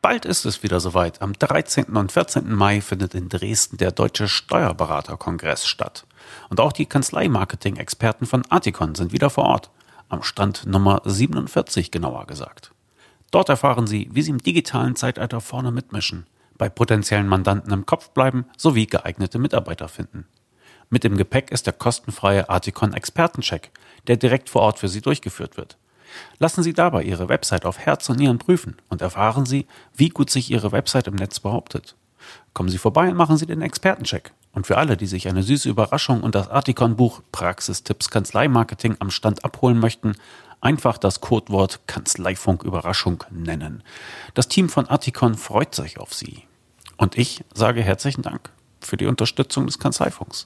Bald ist es wieder soweit. Am 13. und 14. Mai findet in Dresden der Deutsche Steuerberaterkongress statt. Und auch die Kanzleimarketing-Experten von Articon sind wieder vor Ort. Am Stand Nummer 47 genauer gesagt. Dort erfahren Sie, wie Sie im digitalen Zeitalter vorne mitmischen, bei potenziellen Mandanten im Kopf bleiben sowie geeignete Mitarbeiter finden. Mit im Gepäck ist der kostenfreie Articon Expertencheck, der direkt vor Ort für Sie durchgeführt wird. Lassen Sie dabei Ihre Website auf Herz und Nieren prüfen und erfahren Sie, wie gut sich Ihre Website im Netz behauptet. Kommen Sie vorbei und machen Sie den Expertencheck. Und für alle, die sich eine süße Überraschung und das Articon-Buch Praxistipps Kanzleimarketing am Stand abholen möchten, einfach das Codewort Kanzleifunk Überraschung nennen. Das Team von Articon freut sich auf Sie. Und ich sage herzlichen Dank für die Unterstützung des Kanzleifunks.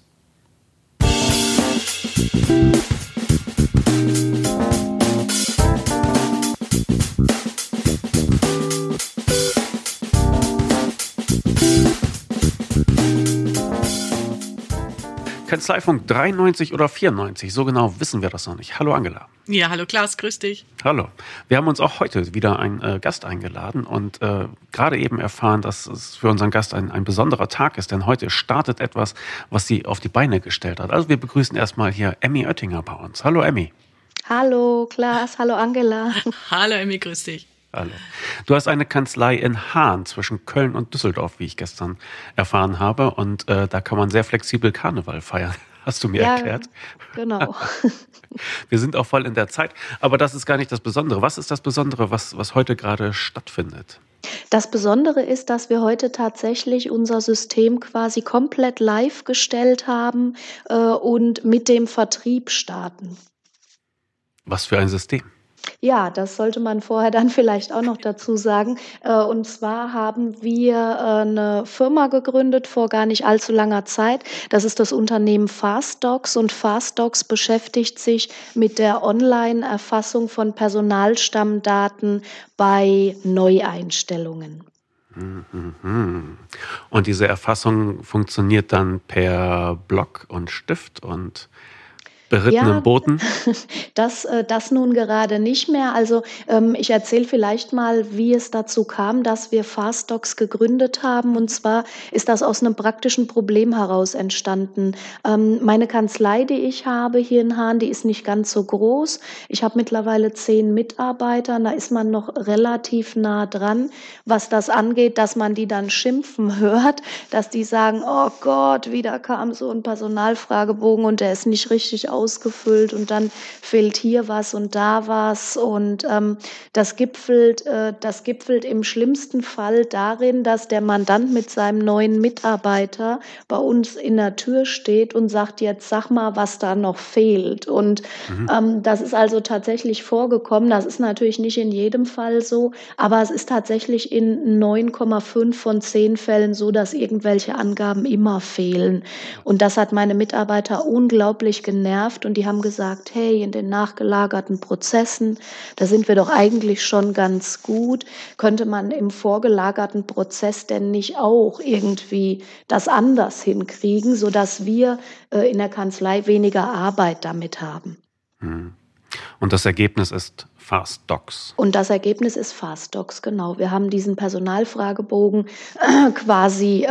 Kanzleifunk 93 oder 94, so genau wissen wir das noch nicht. Hallo Angela. Ja, hallo Klaus, grüß dich. Hallo. Wir haben uns auch heute wieder einen Gast eingeladen und gerade eben erfahren, dass es für unseren Gast ein besonderer Tag ist, denn heute startet etwas, was sie auf die Beine gestellt hat. Also wir begrüßen erstmal hier Emmy Oettinger bei uns. Hallo Emmy. Hallo Klaas, hallo Angela. Hallo Emmy, grüß dich. Hallo. Du hast eine Kanzlei in Haan zwischen Köln und Düsseldorf, wie ich gestern erfahren habe. Und da kann man sehr flexibel Karneval feiern, hast du mir erklärt. Genau. Wir sind auch voll in der Zeit. Aber das ist gar nicht das Besondere. Was ist das Besondere, was heute gerade stattfindet? Das Besondere ist, dass wir heute tatsächlich unser System quasi komplett live gestellt haben und mit dem Vertrieb starten. Was für ein System? Ja, das sollte man vorher dann vielleicht auch noch dazu sagen. Und zwar haben wir eine Firma gegründet vor gar nicht allzu langer Zeit. Das ist das Unternehmen FastDocs und FastDocs beschäftigt sich mit der Online-Erfassung von Personalstammdaten bei Neueinstellungen. Und diese Erfassung funktioniert dann per Block und Stift und berittenen Boten? Das nun gerade nicht mehr. Also ich erzähle vielleicht mal, wie es dazu kam, dass wir FastDocs gegründet haben. Und zwar ist das aus einem praktischen Problem heraus entstanden. Meine Kanzlei, die ich habe hier in Haan, die ist nicht ganz so groß. Ich habe mittlerweile 10 Mitarbeiter. Da ist man noch relativ nah dran, was das angeht, dass man die dann schimpfen hört, dass die sagen, oh Gott, wieder kam so ein Personalfragebogen und der ist nicht richtig ausgefüllt und dann fehlt hier was und da was und das gipfelt im schlimmsten Fall darin, dass der Mandant mit seinem neuen Mitarbeiter bei uns in der Tür steht und sagt, jetzt sag mal, was da noch fehlt. Und das ist also tatsächlich vorgekommen. Das ist natürlich nicht in jedem Fall so, aber es ist tatsächlich in 9,5 von 10 Fällen so, dass irgendwelche Angaben immer fehlen. Und das hat meine Mitarbeiter unglaublich genervt und die haben gesagt, hey, in den nachgelagerten Prozessen, da sind wir doch eigentlich schon ganz gut. Könnte man im vorgelagerten Prozess denn nicht auch irgendwie das anders hinkriegen, sodass wir in der Kanzlei weniger Arbeit damit haben? Und das Ergebnis ist FastDocs. Und das Ergebnis ist FastDocs, genau. Wir haben diesen Personalfragebogen quasi,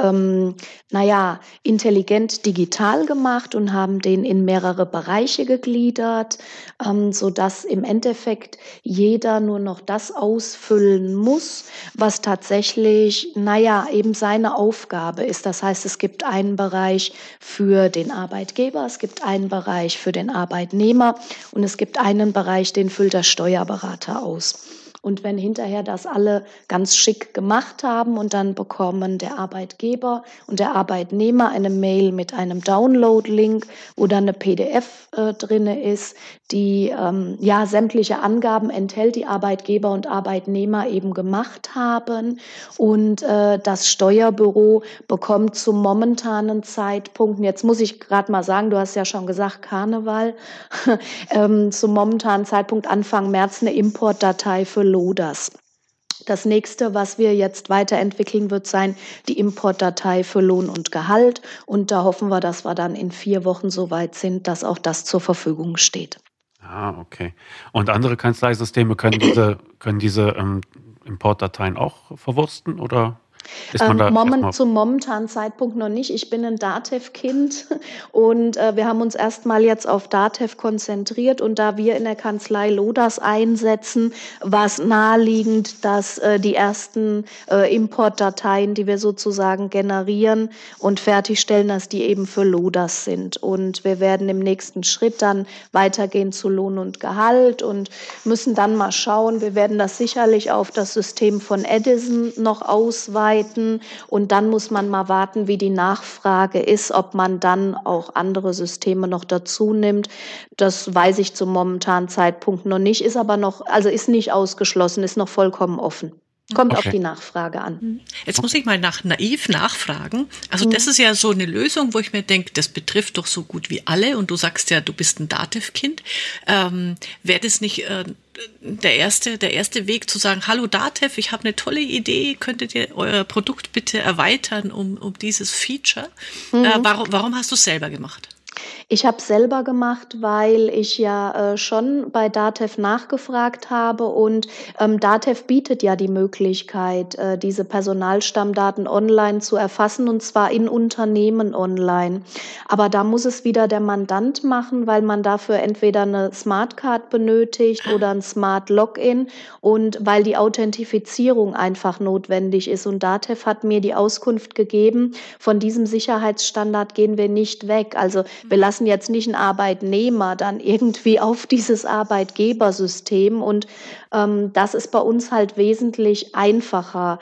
intelligent digital gemacht und haben den in mehrere Bereiche gegliedert, sodass im Endeffekt jeder nur noch das ausfüllen muss, was tatsächlich, eben seine Aufgabe ist. Das heißt, es gibt einen Bereich für den Arbeitgeber, es gibt einen Bereich für den Arbeitnehmer und es gibt einen Bereich, den füllt der Steuerberater aus. Und wenn hinterher das alle ganz schick gemacht haben und dann bekommen der Arbeitgeber und der Arbeitnehmer eine Mail mit einem Download-Link, wo dann eine PDF drinne ist, die sämtliche Angaben enthält, die Arbeitgeber und Arbeitnehmer eben gemacht haben. Und das Steuerbüro bekommt zum momentanen Zeitpunkt, jetzt muss ich gerade mal sagen, du hast ja schon gesagt, Karneval, zum momentanen Zeitpunkt Anfang März eine Importdatei für Loders. Das nächste, was wir jetzt weiterentwickeln, wird sein, die Importdatei für Lohn und Gehalt. Und da hoffen wir, dass wir dann in 4 Wochen so weit sind, dass auch das zur Verfügung steht. Ah, okay. Und andere Kanzleisysteme können diese Importdateien auch verwursten oder ist man da erstmal... Zum momentanen Zeitpunkt noch nicht. Ich bin ein DATEV-Kind und wir haben uns erstmal jetzt auf DATEV konzentriert und da wir in der Kanzlei LODAS einsetzen, war es naheliegend, dass die ersten Importdateien, die wir sozusagen generieren und fertigstellen, dass die eben für LODAS sind. Und wir werden im nächsten Schritt dann weitergehen zu Lohn und Gehalt und müssen dann mal schauen. Wir werden das sicherlich auf das System von Edison noch ausweiten. Und dann muss man mal warten, wie die Nachfrage ist, ob man dann auch andere Systeme noch dazu nimmt. Das weiß ich zum momentanen Zeitpunkt noch nicht, ist aber noch, also ist nicht ausgeschlossen, ist noch vollkommen offen. Kommt auf die Nachfrage an. Jetzt muss ich mal naiv nachfragen. Also das ist ja so eine Lösung, wo ich mir denke, das betrifft doch so gut wie alle. Und du sagst ja, du bist ein DATEV-Kind. Wäre das nicht der erste Weg zu sagen, hallo DATEV, ich habe eine tolle Idee, könntet ihr euer Produkt bitte erweitern um dieses Feature? Warum hast du es selber gemacht? Ich habe es selber gemacht, weil ich ja schon bei DATEV nachgefragt habe und DATEV bietet ja die Möglichkeit, diese Personalstammdaten online zu erfassen und zwar in Unternehmen online. Aber da muss es wieder der Mandant machen, weil man dafür entweder eine Smartcard benötigt oder ein Smart Login und weil die Authentifizierung einfach notwendig ist. Und DATEV hat mir die Auskunft gegeben, von diesem Sicherheitsstandard gehen wir nicht weg. Also wir lassen jetzt nicht einen Arbeitnehmer dann irgendwie auf dieses Arbeitgebersystem und das ist bei uns halt wesentlich einfacher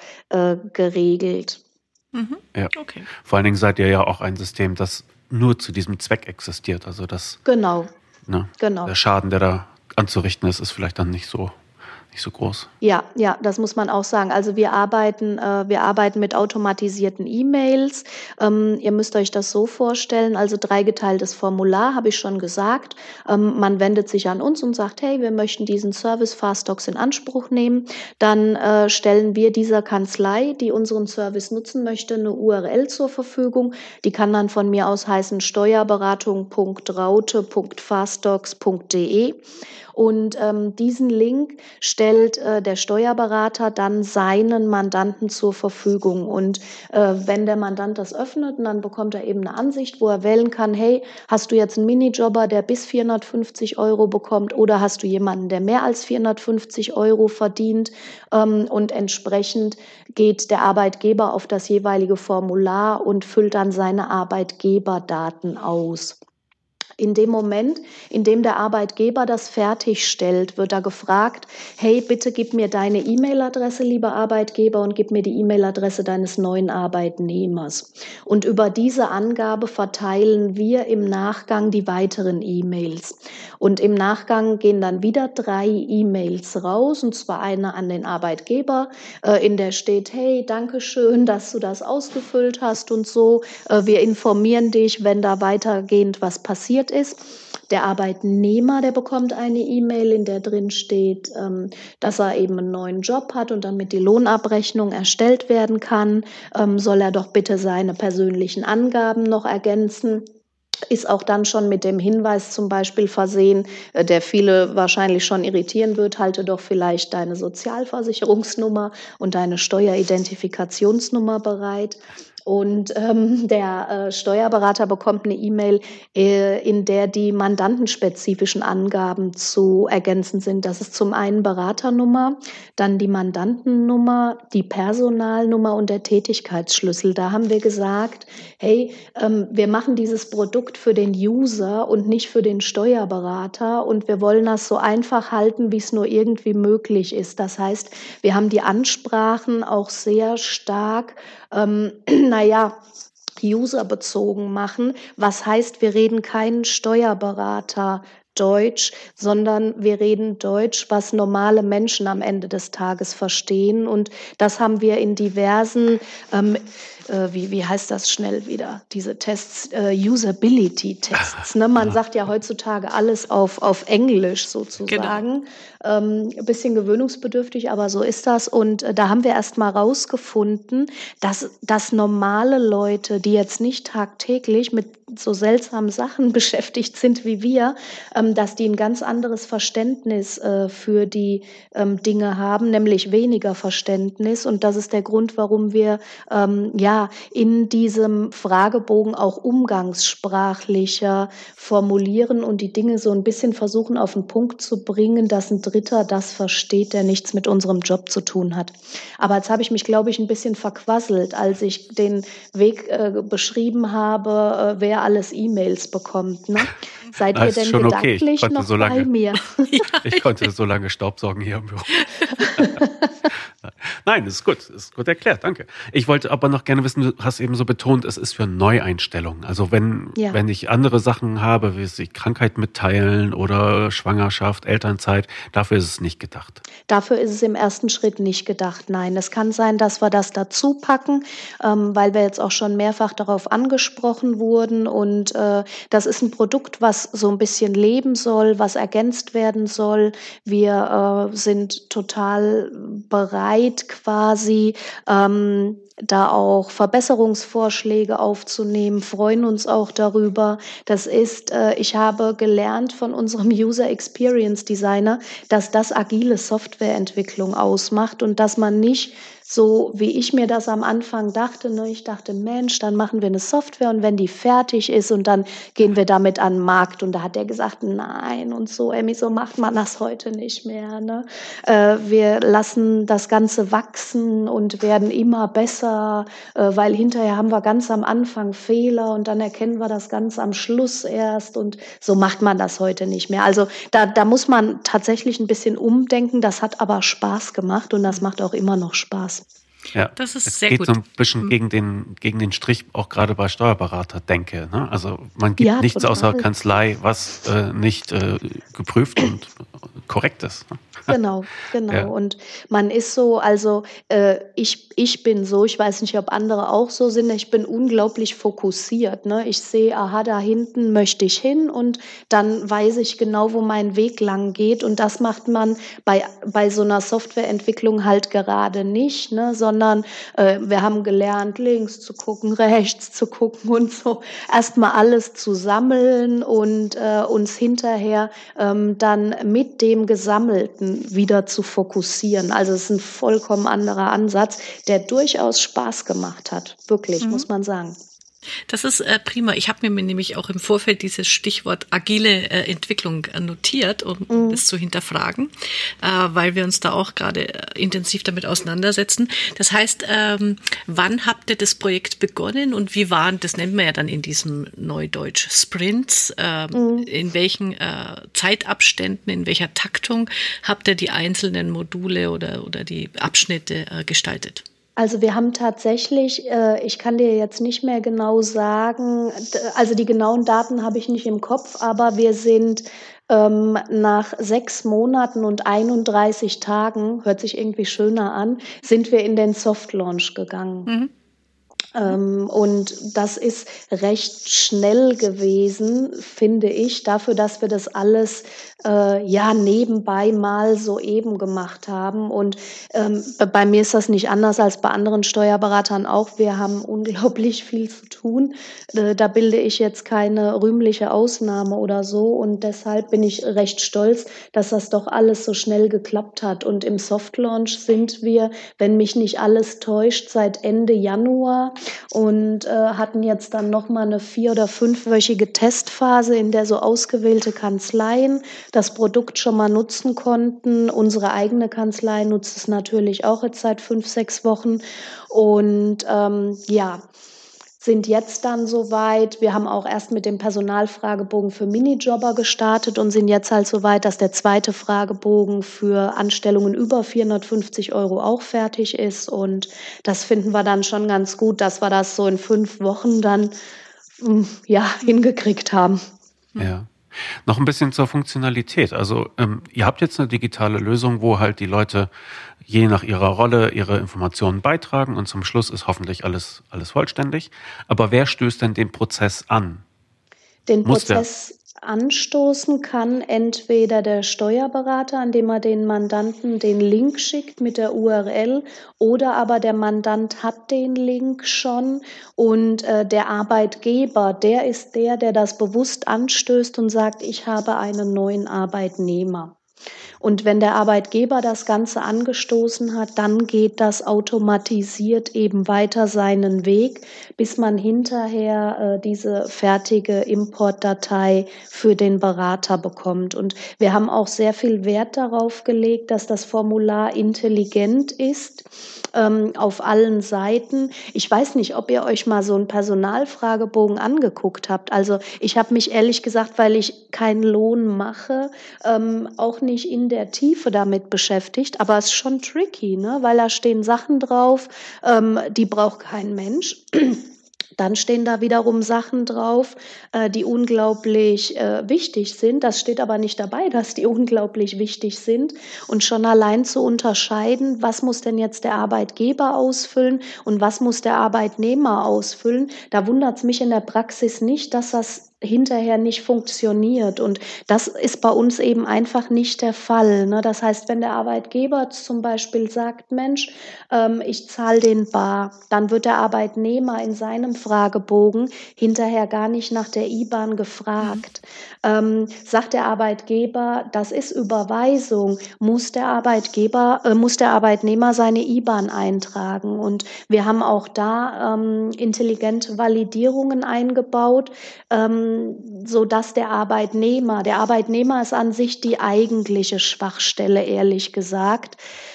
geregelt. Ja. Okay. Vor allen Dingen seid ihr ja auch ein System, das nur zu diesem Zweck existiert. Also Genau. Der Schaden, der da anzurichten ist, ist vielleicht dann nicht so groß. Ja, das muss man auch sagen. Also wir arbeiten mit automatisierten E-Mails. Ihr müsst euch das so vorstellen, also dreigeteiltes Formular, habe ich schon gesagt. Man wendet sich an uns und sagt, hey, wir möchten diesen Service Fastdocs in Anspruch nehmen. Dann stellen wir dieser Kanzlei, die unseren Service nutzen möchte, eine URL zur Verfügung. Die kann dann von mir aus heißen steuerberatung.raute.fastdocs.de. Und diesen Link stellt der Steuerberater dann seinen Mandanten zur Verfügung. Und wenn der Mandant das öffnet, dann bekommt er eben eine Ansicht, wo er wählen kann, hey, hast du jetzt einen Minijobber, der bis 450 € bekommt oder hast du jemanden, der mehr als 450 € verdient? Und entsprechend geht der Arbeitgeber auf das jeweilige Formular und füllt dann seine Arbeitgeberdaten aus. In dem Moment, in dem der Arbeitgeber das fertigstellt, wird er gefragt, hey, bitte gib mir deine E-Mail-Adresse, lieber Arbeitgeber, und gib mir die E-Mail-Adresse deines neuen Arbeitnehmers. Und über diese Angabe verteilen wir im Nachgang die weiteren E-Mails. Und im Nachgang gehen dann wieder 3 E-Mails raus, und zwar eine an den Arbeitgeber, in der steht, hey, danke schön, dass du das ausgefüllt hast und so. Wir informieren dich, wenn da weitergehend was passiert ist. Der Arbeitnehmer, der bekommt eine E-Mail, in der drin steht, dass er eben einen neuen Job hat und damit die Lohnabrechnung erstellt werden kann, soll er doch bitte seine persönlichen Angaben noch ergänzen. Ist auch dann schon mit dem Hinweis zum Beispiel versehen, der viele wahrscheinlich schon irritieren wird, halte doch vielleicht deine Sozialversicherungsnummer und deine Steueridentifikationsnummer bereit. Und der Steuerberater bekommt eine E-Mail, in der die mandantenspezifischen Angaben zu ergänzen sind. Das ist zum einen Beraternummer, dann die Mandantennummer, die Personalnummer und der Tätigkeitsschlüssel. Da haben wir gesagt, hey, wir machen dieses Produkt für den User und nicht für den Steuerberater und wir wollen das so einfach halten, wie es nur irgendwie möglich ist. Das heißt, wir haben die Ansprachen auch sehr stark userbezogen machen. Was heißt, wir reden keinen Steuerberater Deutsch, sondern wir reden Deutsch, was normale Menschen am Ende des Tages verstehen. Und das haben wir in diversen, wie heißt das schnell wieder, diese Tests, Usability-Tests. Ne? Man sagt ja heutzutage alles auf Englisch sozusagen. Genau. Ein bisschen gewöhnungsbedürftig, aber so ist das. Und da haben wir erst mal rausgefunden, dass normale Leute, die jetzt nicht tagtäglich mit so seltsamen Sachen beschäftigt sind wie wir, dass die ein ganz anderes Verständnis für die Dinge haben, nämlich weniger Verständnis. Und das ist der Grund, warum wir in diesem Fragebogen auch umgangssprachlicher formulieren und die Dinge so ein bisschen versuchen auf den Punkt zu bringen, dass ein Dritter das versteht, der nichts mit unserem Job zu tun hat. Aber jetzt habe ich mich, glaube ich, ein bisschen verquasselt, als ich den Weg beschrieben habe, wer alles E-Mails bekommt. Ne? Seid ihr denn gedanklich noch bei mir? Ich konnte so lange Staubsaugen hier im Büro. Nein, ist gut erklärt, danke. Ich wollte aber noch gerne wissen, du hast eben so betont, es ist für Neueinstellungen. Also wenn ich andere Sachen habe, wie sich Krankheit mitteilen oder Schwangerschaft, Elternzeit, dafür ist es nicht gedacht. Dafür ist es im ersten Schritt nicht gedacht, nein. Es kann sein, dass wir das dazu packen, weil wir jetzt auch schon mehrfach darauf angesprochen wurden und das ist ein Produkt, was so ein bisschen leben soll, was ergänzt werden soll. Wir sind total bereit, quasi da auch Verbesserungsvorschläge aufzunehmen, freuen uns auch darüber. Das ist, ich habe gelernt von unserem User Experience Designer, dass das agile Softwareentwicklung ausmacht und dass man nicht so, wie ich mir das am Anfang dachte, ne? Ich dachte, Mensch, dann machen wir eine Software und wenn die fertig ist und dann gehen wir damit an den Markt. Und da hat er gesagt, nein und so, Emmy, so macht man das heute nicht mehr. Ne? Wir lassen das Ganze wachsen und werden immer besser, weil hinterher haben wir ganz am Anfang Fehler und dann erkennen wir das ganz am Schluss erst und so macht man das heute nicht mehr. Also da muss man tatsächlich ein bisschen umdenken. Das hat aber Spaß gemacht und das macht auch immer noch Spaß. Ja, das ist es sehr geht gut. so ein bisschen gegen den Strich, auch gerade bei Steuerberater, denke. Ne? Also man gibt nichts total. außer Kanzlei, was nicht geprüft und korrekt ist. Ne? Genau. Ja. Und man ist so, also ich bin so, ich weiß nicht, ob andere auch so sind, ich bin unglaublich fokussiert. Ne? Ich sehe, aha, da hinten möchte ich hin und dann weiß ich genau, wo mein Weg lang geht. Und das macht man bei so einer Softwareentwicklung halt gerade nicht, ne? Sondern wir haben gelernt, links zu gucken, rechts zu gucken und so. Erstmal alles zu sammeln und uns hinterher dann mit dem Gesammelten wieder zu fokussieren. Also es ist ein vollkommen anderer Ansatz, der durchaus Spaß gemacht hat. Wirklich, muss man sagen. Das ist prima. Ich habe mir nämlich auch im Vorfeld dieses Stichwort agile Entwicklung notiert, um das zu hinterfragen, weil wir uns da auch gerade intensiv damit auseinandersetzen. Das heißt, wann habt ihr das Projekt begonnen und wie waren, das nennt man ja dann in diesem Neudeutsch Sprints, in welchen Zeitabständen, in welcher Taktung habt ihr die einzelnen Module oder die Abschnitte gestaltet? Also wir haben tatsächlich, ich kann dir jetzt nicht mehr genau sagen, also die genauen Daten habe ich nicht im Kopf, aber wir sind nach 6 Monaten und 31 Tagen, hört sich irgendwie schöner an, sind wir in den Soft-Launch gegangen. Und das ist recht schnell gewesen, finde ich, dafür, dass wir das alles nebenbei mal so eben gemacht haben. Und bei mir ist das nicht anders als bei anderen Steuerberatern auch. Wir haben unglaublich viel zu tun. Da bilde ich jetzt keine rühmliche Ausnahme oder so. Und deshalb bin ich recht stolz, dass das doch alles so schnell geklappt hat. Und im Soft-Launch sind wir, wenn mich nicht alles täuscht, seit Ende Januar und hatten jetzt dann nochmal eine 4- oder 5-wöchige Testphase, in der so ausgewählte Kanzleien das Produkt schon mal nutzen konnten. Unsere eigene Kanzlei nutzt es natürlich auch jetzt seit 5, 6 Wochen und sind jetzt dann soweit. Wir haben auch erst mit dem Personalfragebogen für Minijobber gestartet und sind jetzt halt soweit, dass der zweite Fragebogen für Anstellungen über 450 € auch fertig ist. Und das finden wir dann schon ganz gut, dass wir das so in 5 Wochen dann hingekriegt haben. Ja. Noch ein bisschen zur Funktionalität. Also ihr habt jetzt eine digitale Lösung, wo halt die Leute je nach ihrer Rolle ihre Informationen beitragen und zum Schluss ist hoffentlich alles vollständig. Aber wer stößt denn den Prozess an? Den Prozess anstoßen kann entweder der Steuerberater, indem er den Mandanten den Link schickt mit der URL, oder aber der Mandant hat den Link schon und der Arbeitgeber, der ist der das bewusst anstößt und sagt, ich habe einen neuen Arbeitnehmer. Und wenn der Arbeitgeber das Ganze angestoßen hat, dann geht das automatisiert eben weiter seinen Weg, bis man hinterher diese fertige Importdatei für den Berater bekommt. Und wir haben auch sehr viel Wert darauf gelegt, dass das Formular intelligent ist, auf allen Seiten. Ich weiß nicht, ob ihr euch mal so einen Personalfragebogen angeguckt habt. Also ich habe mich ehrlich gesagt, weil ich keinen Lohn mache, auch nicht in der Tiefe damit beschäftigt, aber es ist schon tricky, ne? Weil da stehen Sachen drauf, die braucht kein Mensch. Dann stehen da wiederum Sachen drauf, die unglaublich wichtig sind. Das steht aber nicht dabei, dass die unglaublich wichtig sind. Und schon allein zu unterscheiden, was muss denn jetzt der Arbeitgeber ausfüllen und was muss der Arbeitnehmer ausfüllen, da wundert es mich in der Praxis nicht, dass das hinterher nicht funktioniert. Und das ist bei uns eben einfach nicht der Fall, ne? Das heißt, wenn der Arbeitgeber zum Beispiel sagt, Mensch, ich zahle den bar, dann wird der Arbeitnehmer in seinem Fragebogen hinterher gar nicht nach der IBAN gefragt. Sagt der Arbeitgeber, das ist Überweisung, muss der Arbeitnehmer seine IBAN eintragen. Und wir haben auch da intelligente Validierungen eingebaut, so dass der Arbeitnehmer ist an sich die eigentliche Schwachstelle, ehrlich gesagt.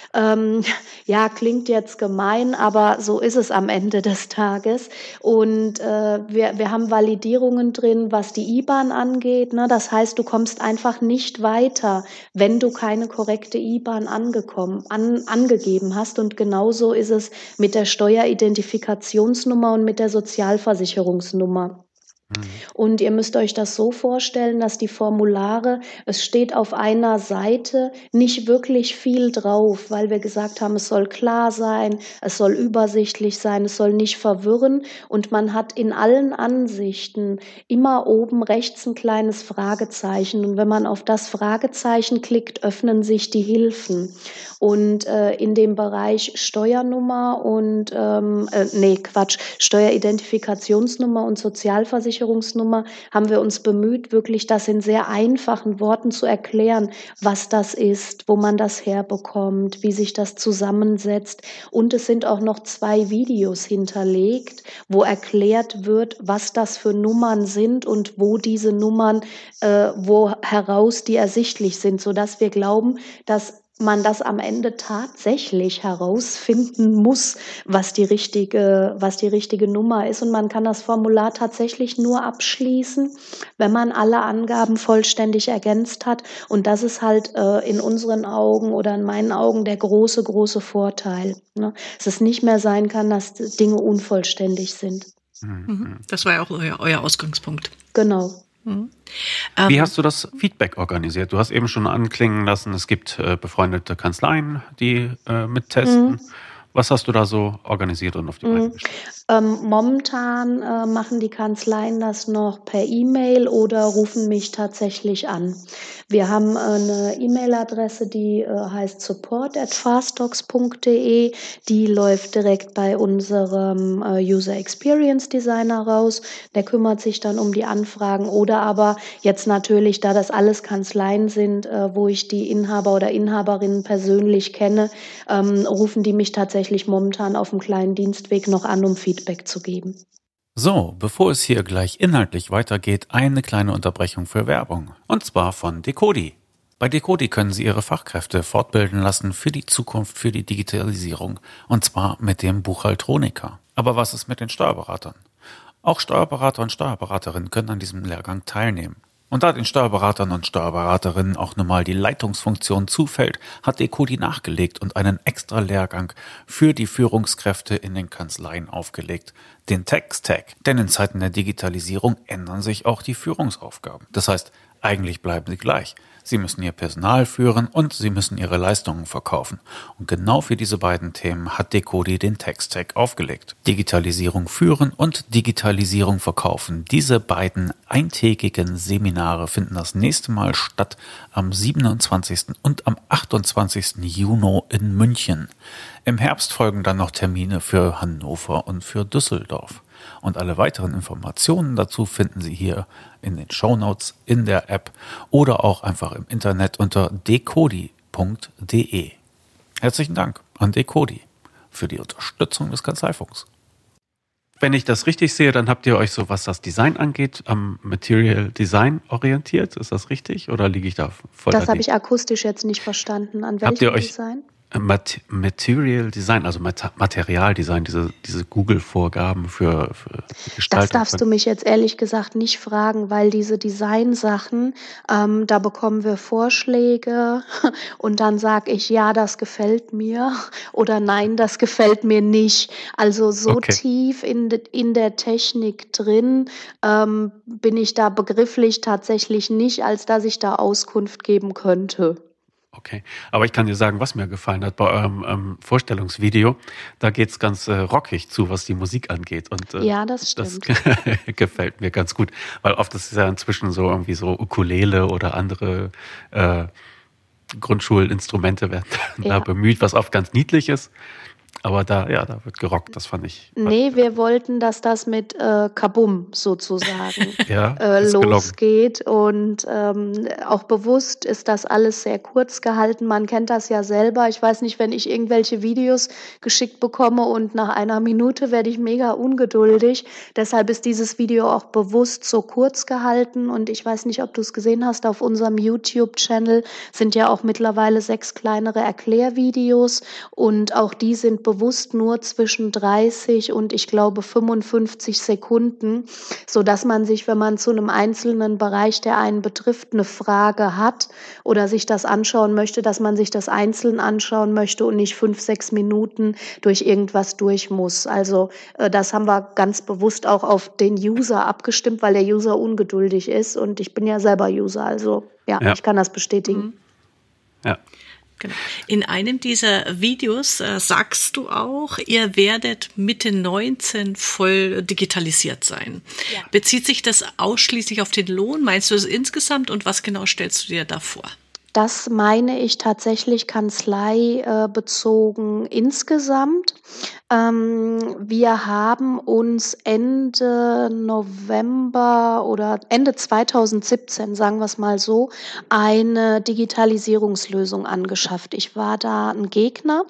Ja, klingt jetzt gemein, aber so ist es am Ende des Tages. Und wir haben Validierungen drin, was die IBAN angeht, ne? Das heißt, du kommst einfach nicht weiter, wenn du keine korrekte IBAN angegeben hast. Und genauso ist es mit der Steueridentifikationsnummer und mit der Sozialversicherungsnummer. Und ihr müsst euch das so vorstellen, dass die Formulare, es steht auf einer Seite nicht wirklich viel drauf, weil wir gesagt haben, es soll klar sein, es soll übersichtlich sein, es soll nicht verwirren. Und man hat in allen Ansichten immer oben rechts ein kleines Fragezeichen. Und wenn man auf das Fragezeichen klickt, öffnen sich die Hilfen. Und in dem Bereich Steuernummer und Steueridentifikationsnummer und Sozialversicherungsnummer haben wir uns bemüht, wirklich das in sehr einfachen Worten zu erklären, was das ist, wo man das herbekommt, wie sich das zusammensetzt. Und es sind auch noch 2 Videos hinterlegt, wo erklärt wird, was das für Nummern sind und wo diese Nummern, wo heraus die ersichtlich sind, sodass wir glauben, dass man das am Ende tatsächlich herausfinden muss, was die richtige Nummer ist. Und man kann das Formular tatsächlich nur abschließen, wenn man alle Angaben vollständig ergänzt hat. Und das ist halt in unseren Augen oder in meinen Augen der große, große Vorteil, ne? Dass es nicht mehr sein kann, dass Dinge unvollständig sind. Das war ja auch euer Ausgangspunkt. Genau. Wie hast du das Feedback organisiert? Du hast eben schon anklingen lassen, es gibt befreundete Kanzleien, die mittesten. Was hast du da so organisiert und auf die Beine gestellt? Momentan machen die Kanzleien das noch per E-Mail oder rufen mich tatsächlich an. Wir haben eine E-Mail-Adresse, die heißt support@fastdocs.de. Die läuft direkt bei unserem User Experience Designer raus. Der kümmert sich dann um die Anfragen oder aber jetzt natürlich, da das alles Kanzleien sind, wo ich die Inhaber oder Inhaberinnen persönlich kenne, rufen die mich tatsächlich momentan auf einem kleinen Dienstweg noch an, um Feedback zu geben. So, bevor es hier gleich inhaltlich weitergeht, eine kleine Unterbrechung für Werbung. Und zwar von Decodi. Bei Decodi können Sie Ihre Fachkräfte fortbilden lassen für die Zukunft, für die Digitalisierung. Und zwar mit dem Buchhaltroniker. Aber was ist mit den Steuerberatern? Auch Steuerberater und Steuerberaterinnen können an diesem Lehrgang teilnehmen. Und da den Steuerberatern und Steuerberaterinnen auch nun mal die Leitungsfunktion zufällt, hat Decodi nachgelegt und einen extra Lehrgang für die Führungskräfte in den Kanzleien aufgelegt, den Tech-Stack. Denn in Zeiten der Digitalisierung ändern sich auch die Führungsaufgaben. Das heißt, eigentlich bleiben sie gleich. Sie müssen Ihr Personal führen und Sie müssen Ihre Leistungen verkaufen. Und genau für diese beiden Themen hat Decodi den Tech-Stack aufgelegt. Digitalisierung führen und Digitalisierung verkaufen. Diese beiden eintägigen Seminare finden das nächste Mal statt am 27. und am 28. Juni in München. Im Herbst folgen dann noch Termine für Hannover und für Düsseldorf. Und alle weiteren Informationen dazu finden Sie hier in den Shownotes, in der App oder auch einfach im Internet unter decodi.de. Herzlichen Dank an Decodi für die Unterstützung des Kanzleifunks. Wenn ich das richtig sehe, dann habt ihr euch so, was das Design angeht, am Material Design orientiert. Ist das richtig oder liege ich da voll daneben? Das habe ich akustisch jetzt nicht verstanden. An Habt ihr welchem euch Design? Material Design, also Materialdesign, diese Google-Vorgaben für die Gestaltung. Das darfst du mich jetzt ehrlich gesagt nicht fragen, weil diese Designsachen, da bekommen wir Vorschläge und dann sage ich, ja, das gefällt mir oder nein, das gefällt mir nicht. Also so Okay. tief in der Technik drin bin ich da begrifflich tatsächlich nicht, als dass ich da Auskunft geben könnte. Okay, aber ich kann dir sagen, was mir gefallen hat bei eurem Vorstellungsvideo. Da geht's ganz rockig zu, was die Musik angeht. Und Ja, das stimmt. gefällt mir ganz gut, weil oft ist es ja inzwischen so irgendwie so Ukulele oder andere Grundschulinstrumente werden da Ja. bemüht, was oft ganz niedlich ist. Aber da wird gerockt. Das fand ich. Nee, wir wollten, dass das mit Kabum sozusagen Ja, ist gelungen. losgeht. Und auch bewusst ist das alles sehr kurz gehalten. Man kennt das ja selber. Ich weiß nicht, wenn ich irgendwelche Videos geschickt bekomme und nach einer Minute werde ich mega ungeduldig. Deshalb ist dieses Video auch bewusst so kurz gehalten. Und ich weiß nicht, ob du es gesehen hast, auf unserem YouTube-Channel sind ja auch mittlerweile 6 kleinere Erklärvideos. Und auch die sind bewusst nur zwischen 30 und ich glaube 55 Sekunden, sodass man sich, wenn man zu einem einzelnen Bereich, der einen betrifft, eine Frage hat oder sich das anschauen möchte, dass man sich das einzeln anschauen möchte und nicht 5, 6 Minuten durch irgendwas durch muss. Also das haben wir ganz bewusst auch auf den User abgestimmt, weil der User ungeduldig ist und ich bin ja selber User, also ja. Ich kann das bestätigen. Ja. Genau. In einem dieser Videos sagst du auch, ihr werdet Mitte 19 voll digitalisiert sein. Ja. Bezieht sich das ausschließlich auf den Lohn? Meinst du es insgesamt und was genau stellst du dir da vor? Das meine ich tatsächlich kanzleibezogen insgesamt. Wir haben uns Ende November oder Ende 2017, sagen wir es mal so, eine Digitalisierungslösung angeschafft. Ich war da ein Gegner.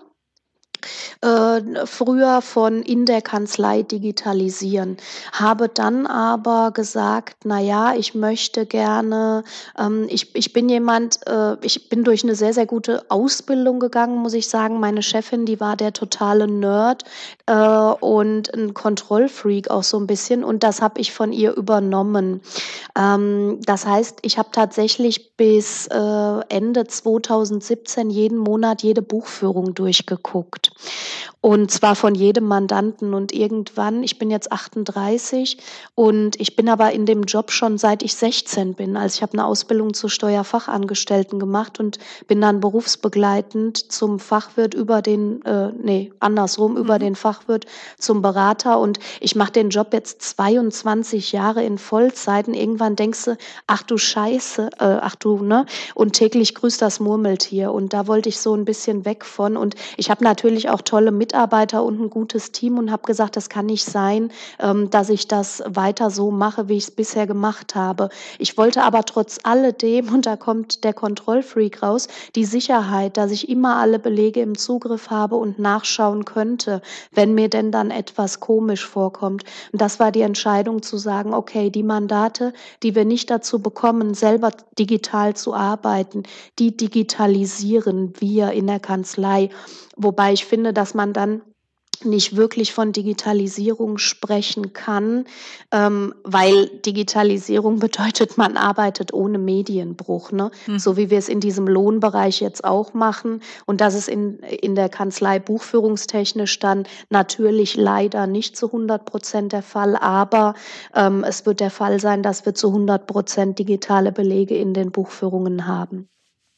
Früher von in der Kanzlei digitalisieren. Habe dann aber gesagt, na ja, ich möchte gerne, ich bin jemand, ich bin durch eine sehr, sehr gute Ausbildung gegangen, muss ich sagen. Meine Chefin, die war der totale Nerd und ein Kontrollfreak auch so ein bisschen und das habe ich von ihr übernommen. Das heißt, ich habe tatsächlich bis Ende 2017 jeden Monat jede Buchführung durchgeguckt. Und zwar von jedem Mandanten. Und irgendwann, ich bin jetzt 38 und ich bin aber in dem Job schon seit ich 16 bin. Also ich habe eine Ausbildung zur Steuerfachangestellten gemacht und bin dann berufsbegleitend zum Fachwirt über den Fachwirt zum Berater. Und ich mache den Job jetzt 22 Jahre in Vollzeit. Und irgendwann denkst du, ach du Scheiße, und täglich grüßt das Murmeltier. Und da wollte ich so ein bisschen weg von. Und ich habe natürlich auch tolle Mitarbeiter und ein gutes Team und habe gesagt, das kann nicht sein, dass ich das weiter so mache, wie ich es bisher gemacht habe. Ich wollte aber trotz alledem, und da kommt der Kontrollfreak raus, die Sicherheit, dass ich immer alle Belege im Zugriff habe und nachschauen könnte, wenn mir denn dann etwas komisch vorkommt. Und das war die Entscheidung zu sagen, okay, die Mandate, die wir nicht dazu bekommen, selber digital zu arbeiten, die digitalisieren wir in der Kanzlei. Wobei ich finde, dass man dann nicht wirklich von Digitalisierung sprechen kann, weil Digitalisierung bedeutet, man arbeitet ohne Medienbruch, ne? So wie wir es in diesem Lohnbereich jetzt auch machen. Und das ist in der Kanzlei buchführungstechnisch dann natürlich leider nicht zu 100% der Fall, aber es wird der Fall sein, dass wir zu 100% digitale Belege in den Buchführungen haben.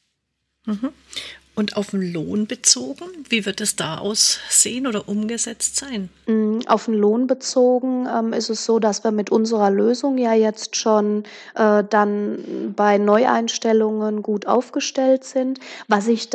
Und auf den Lohn bezogen, wie wird es da aussehen oder umgesetzt sein? Auf den Lohn bezogen ist es so, dass wir mit unserer Lösung ja jetzt schon dann bei Neueinstellungen gut aufgestellt sind. Was ich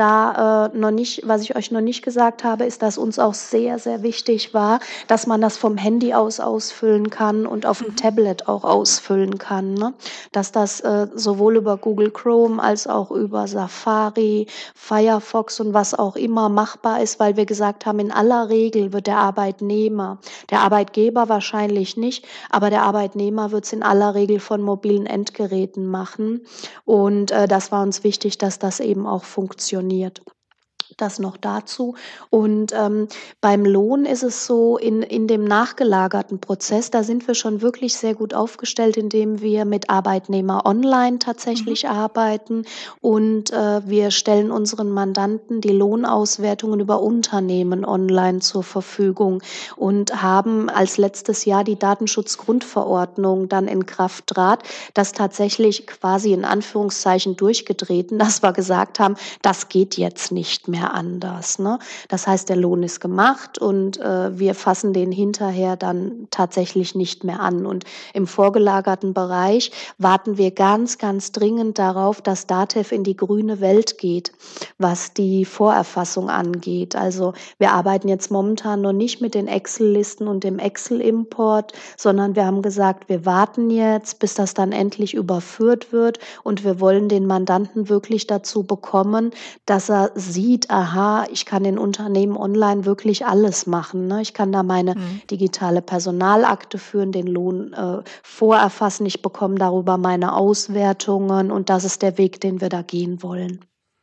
euch noch nicht gesagt habe, ist, dass uns auch sehr, sehr wichtig war, dass man das vom Handy aus ausfüllen kann und auf dem Tablet auch ausfüllen kann, ne? Dass das sowohl über Google Chrome als auch über Safari, Firefox und was auch immer machbar ist, weil wir gesagt haben, in aller Regel wird der Arbeitgeber wahrscheinlich nicht, aber der Arbeitnehmer wird es in aller Regel von mobilen Endgeräten machen. Und das war uns wichtig, dass das eben auch funktioniert. Das noch dazu. Und beim Lohn ist es so, in dem nachgelagerten Prozess, da sind wir schon wirklich sehr gut aufgestellt, indem wir mit Arbeitnehmer online tatsächlich arbeiten und wir stellen unseren Mandanten die Lohnauswertungen über Unternehmen online zur Verfügung und haben als letztes Jahr die Datenschutzgrundverordnung dann in Kraft trat, das tatsächlich quasi in Anführungszeichen durchgetreten, dass wir gesagt haben, das geht jetzt nicht mehr anders, ne? Das heißt, der Lohn ist gemacht und wir fassen den hinterher dann tatsächlich nicht mehr an. Und im vorgelagerten Bereich warten wir ganz, ganz dringend darauf, dass DATEV in die grüne Welt geht, was die Vorerfassung angeht. Also wir arbeiten jetzt momentan noch nicht mit den Excel-Listen und dem Excel-Import, sondern wir haben gesagt, wir warten jetzt, bis das dann endlich überführt wird und wir wollen den Mandanten wirklich dazu bekommen, dass er sieht, aha, ich kann in Unternehmen online wirklich alles machen, ne? Ich kann da meine digitale Personalakte führen, den Lohn vorerfassen, ich bekomme darüber meine Auswertungen und das ist der Weg, den wir da gehen wollen.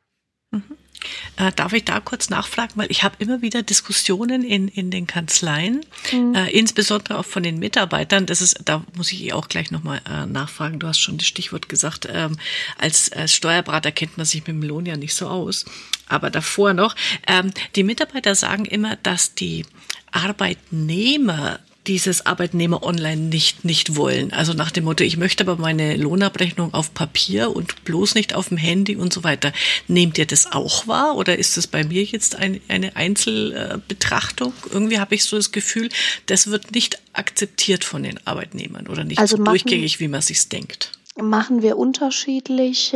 Darf ich da kurz nachfragen, weil ich habe immer wieder Diskussionen in den Kanzleien, insbesondere auch von den Mitarbeitern. Da muss ich auch gleich nochmal nachfragen. Du hast schon das Stichwort gesagt, als Steuerberater kennt man sich mit dem Lohn ja nicht so aus. Aber davor noch, die Mitarbeiter sagen immer, dass die Arbeitnehmer dieses Arbeitnehmer online nicht wollen. Also nach dem Motto, ich möchte aber meine Lohnabrechnung auf Papier und bloß nicht auf dem Handy und so weiter. Nehmt ihr das auch wahr oder ist es bei mir jetzt eine Einzelbetrachtung? Irgendwie habe ich so das Gefühl, das wird nicht akzeptiert von den Arbeitnehmern oder nicht so durchgängig, wie man sich's denkt. Machen wir unterschiedliche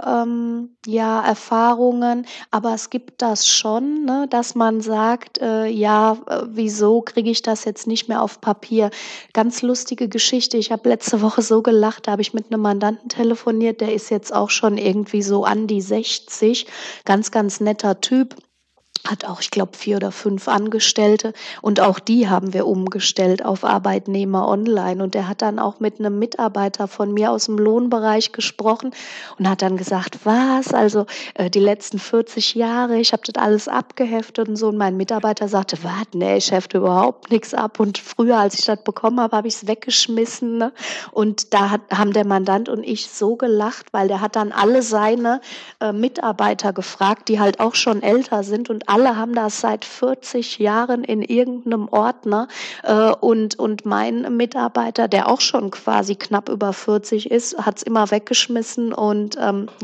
Erfahrungen, aber es gibt das schon, ne, dass man sagt, wieso kriege ich das jetzt nicht mehr auf Papier? Ganz lustige Geschichte. Ich habe letzte Woche so gelacht, da habe ich mit einem Mandanten telefoniert, der ist jetzt auch schon irgendwie so an die 60, ganz, ganz netter Typ. Hat auch, ich glaube, 4 oder 5 Angestellte und auch die haben wir umgestellt auf Arbeitnehmer online. Und der hat dann auch mit einem Mitarbeiter von mir aus dem Lohnbereich gesprochen und hat dann gesagt, was, also die letzten 40 Jahre, ich habe das alles abgeheftet und so. Und mein Mitarbeiter sagte, was, nee, ich hefte überhaupt nichts ab. Und früher, als ich das bekommen habe, habe ich es weggeschmissen. Ne? Und da haben der Mandant und ich so gelacht, weil der hat dann alle seine Mitarbeiter gefragt, die halt auch schon älter sind und alle haben das seit 40 Jahren in irgendeinem Ordner und mein Mitarbeiter, der auch schon quasi knapp über 40 ist, hat es immer weggeschmissen und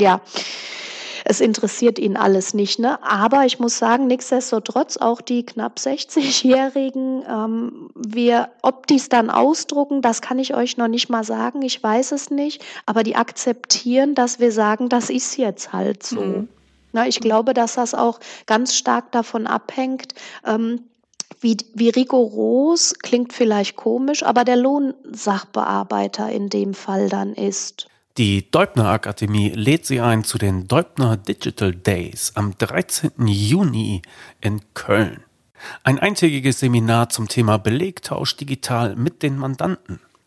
es interessiert ihn alles nicht, ne? Aber ich muss sagen, nichtsdestotrotz auch die knapp 60-Jährigen, ob die es dann ausdrucken, das kann ich euch noch nicht mal sagen, ich weiß es nicht, aber die akzeptieren, dass wir sagen, das ist jetzt halt so. Na, ich glaube, dass das auch ganz stark davon abhängt, wie rigoros, klingt vielleicht komisch, aber der Lohnsachbearbeiter in dem Fall dann ist. Die Deubner Akademie lädt Sie ein zu den Deubner Digital Days am 13. Juni in Köln. Ein eintägiges Seminar zum Thema Belegtausch digital mit den Mandanten.